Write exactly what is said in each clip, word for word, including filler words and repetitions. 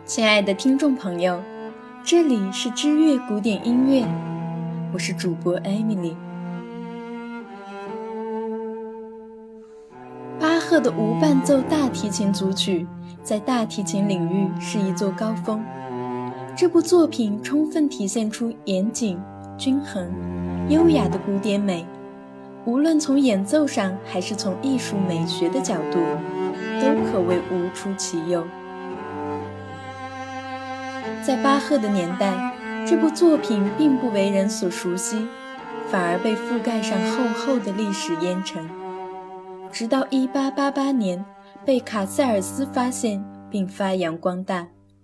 亲爱的听众朋友，这里是知乐古典音乐，我是主播 Emily。 巴赫的无伴奏大提琴组曲在大提琴领域是一座高峰，这部作品充分体现出严谨、均衡、优雅的古典美，无论从演奏上还是从艺术美学的角度，都可谓无出其右。在巴赫的年代，这部作品并不为人所熟悉，反而被覆盖上厚厚的历史烟尘，直到一八八八年被卡塞尔斯发现并发扬光大。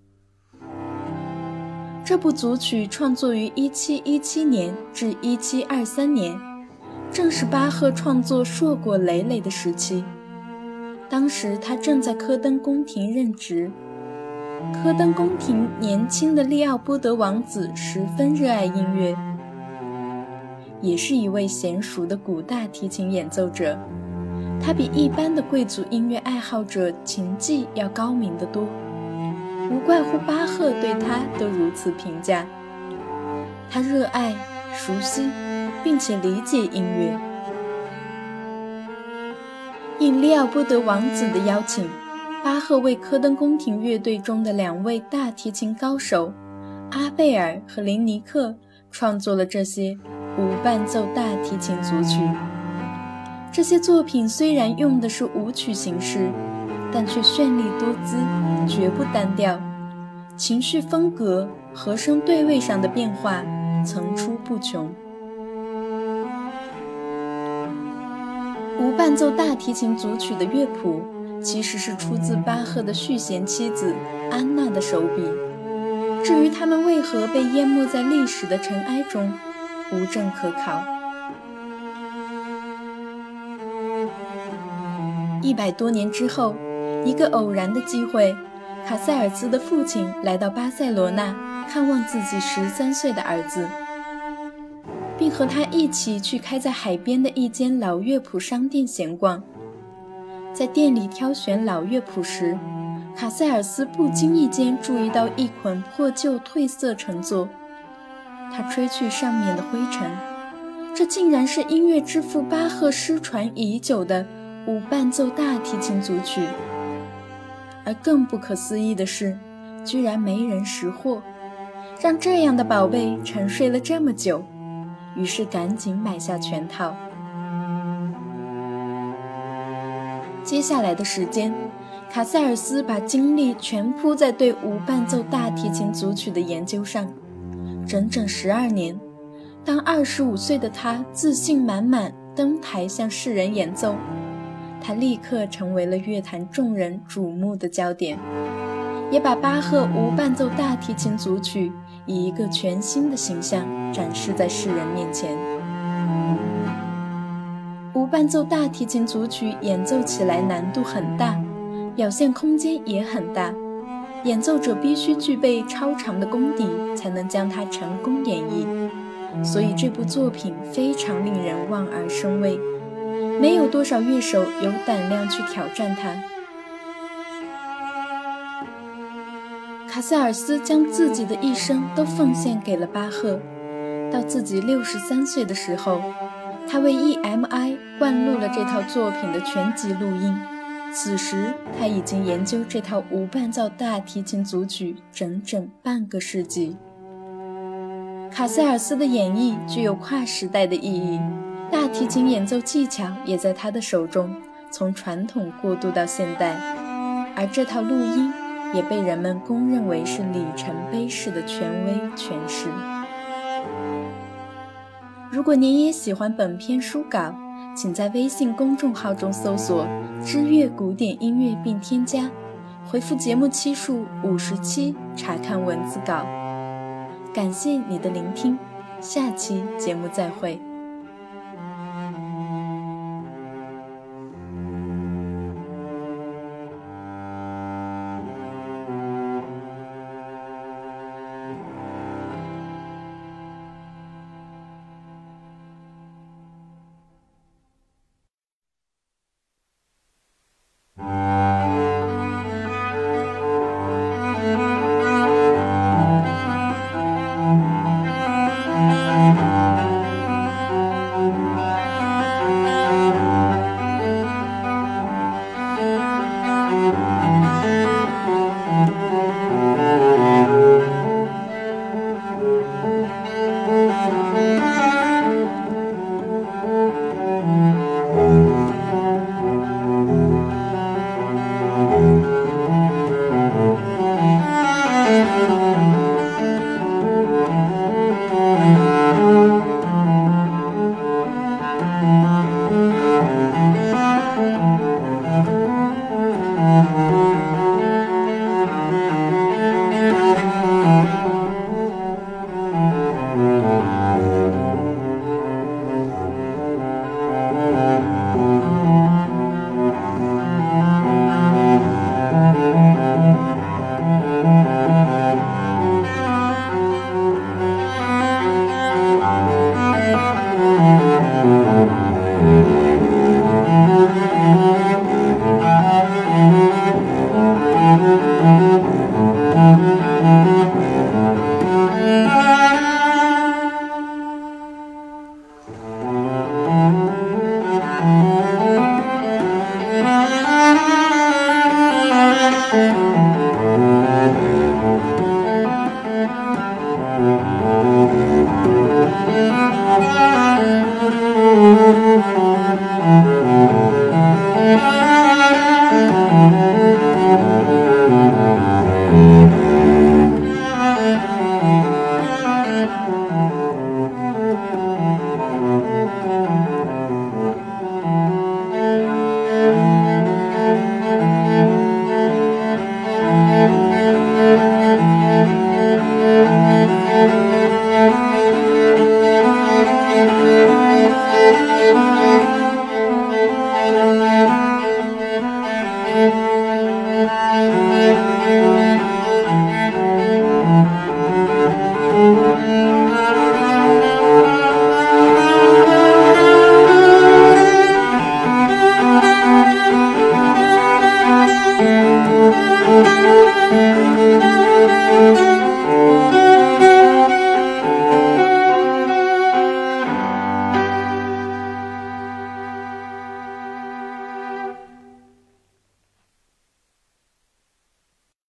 这部组曲创作于一七一七年至一七二三年，正是巴赫创作硕果累累的时期。当时他正在科登宫廷任职，科登宫廷年轻的利奥波德王子十分热爱音乐，也是一位娴熟的古大提琴演奏者。他比一般的贵族音乐爱好者琴技要高明得多，无怪乎巴赫对他都如此评价。他热爱、熟悉并且理解音乐。应利奥波德王子的邀请，巴赫为科登宫廷乐队中的两位大提琴高手阿贝尔和林尼克创作了这些无伴奏大提琴组曲。这些作品虽然用的是舞曲形式，但却绚丽多姿，绝不单调，情绪风格、和声对位上的变化层出不穷。无伴奏大提琴组曲的乐谱其实是出自巴赫的续弦妻子安娜的手笔，至于他们为何被淹没在历史的尘埃中，无证可考。一百多年之后，一个偶然的机会，卡塞尔斯的父亲来到巴塞罗那看望自己十三岁的儿子，并和他一起去开在海边的一间老乐谱商店闲逛。在店里挑选老乐谱时，卡塞尔斯不经意间注意到一捆破旧褪色成作，他吹去上面的灰尘，这竟然是音乐之父巴赫失传已久的无伴奏大提琴组曲。而更不可思议的是，居然没人识货，让这样的宝贝沉睡了这么久，于是赶紧买下全套。接下来的时间，卡塞尔斯把精力全扑在对无伴奏大提琴组曲的研究上，整整十二年。当二十五岁的他自信满满登台向世人演奏，他立刻成为了乐坛众人瞩目的焦点，也把巴赫无伴奏大提琴组曲以一个全新的形象展示在世人面前。无伴奏大提琴组曲演奏起来难度很大，表现空间也很大，演奏者必须具备超长的功底才能将它成功演绎，所以这部作品非常令人望而生畏，没有多少乐手有胆量去挑战它。卡塞尔斯将自己的一生都奉献给了巴赫，到自己六十三岁的时候，他为 E M I 灌录了这套作品的全集录音。此时他已经研究这套无伴奏大提琴组曲整整半个世纪。卡塞尔斯的演绎具有跨时代的意义，大提琴演奏技巧也在他的手中从传统过渡到现代，而这套录音也被人们公认为是里程碑式的权威诠释。如果您也喜欢本篇书稿，请在微信公众号中搜索知乐古典音乐并添加，回复节目期数五十七查看文字稿。感谢你的聆听，下期节目再会。 拜。